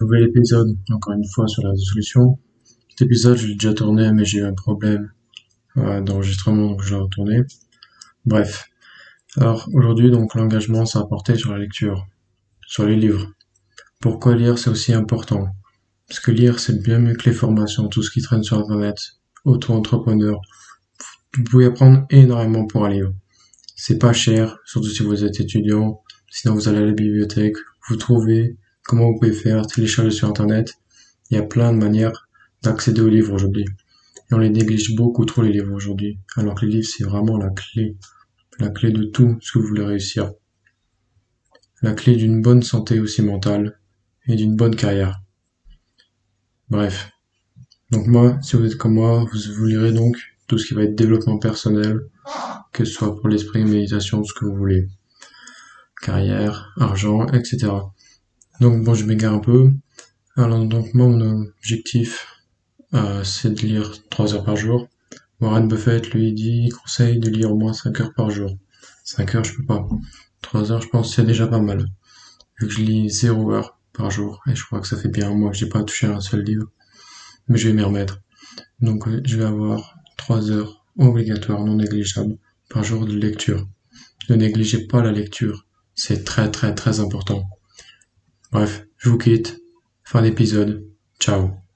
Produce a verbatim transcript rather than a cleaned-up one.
Nouvel épisode, encore une fois sur la résolution. Cet épisode, je l'ai déjà tourné, mais j'ai eu un problème euh, d'enregistrement, donc je l'ai retourné. Bref. Alors, aujourd'hui, donc, l'engagement, ça a porté sur la lecture, sur les livres. Pourquoi lire, c'est aussi important? Parce que lire, c'est bien mieux que les formations, tout ce qui traîne sur Internet, auto-entrepreneur. Vous pouvez apprendre énormément pour un livre. C'est pas cher, surtout si vous êtes étudiant. Sinon, vous allez à la bibliothèque, vous trouvez comment vous pouvez faire, télécharger sur Internet. Il y a plein de manières d'accéder aux livres aujourd'hui. Et on les néglige beaucoup trop les livres aujourd'hui. Alors que les livres, c'est vraiment la clé. La clé de tout ce que vous voulez réussir. La clé d'une bonne santé aussi mentale et d'une bonne carrière. Bref. Donc moi, si vous êtes comme moi, vous, vous lirez donc tout ce qui va être développement personnel, que ce soit pour l'esprit, méditation, ce que vous voulez. Carrière, argent, et cetera. Donc bon, je m'égare un peu. Alors donc moi, mon objectif, euh, c'est de lire trois heures par jour. Warren Buffett, lui, dit, il conseille de lire au moins cinq heures par jour. cinq heures, je peux pas. trois heures, je pense que c'est déjà pas mal. Vu que je lis zéro heure par jour, et je crois que ça fait bien un mois que j'ai pas touché à un seul livre. Mais je vais m'y remettre. Donc, euh, je vais avoir trois heures obligatoires, non négligeables, par jour de lecture. Ne négligez pas la lecture. C'est très très très important. Bref, je vous quitte. Fin d'épisode. Ciao.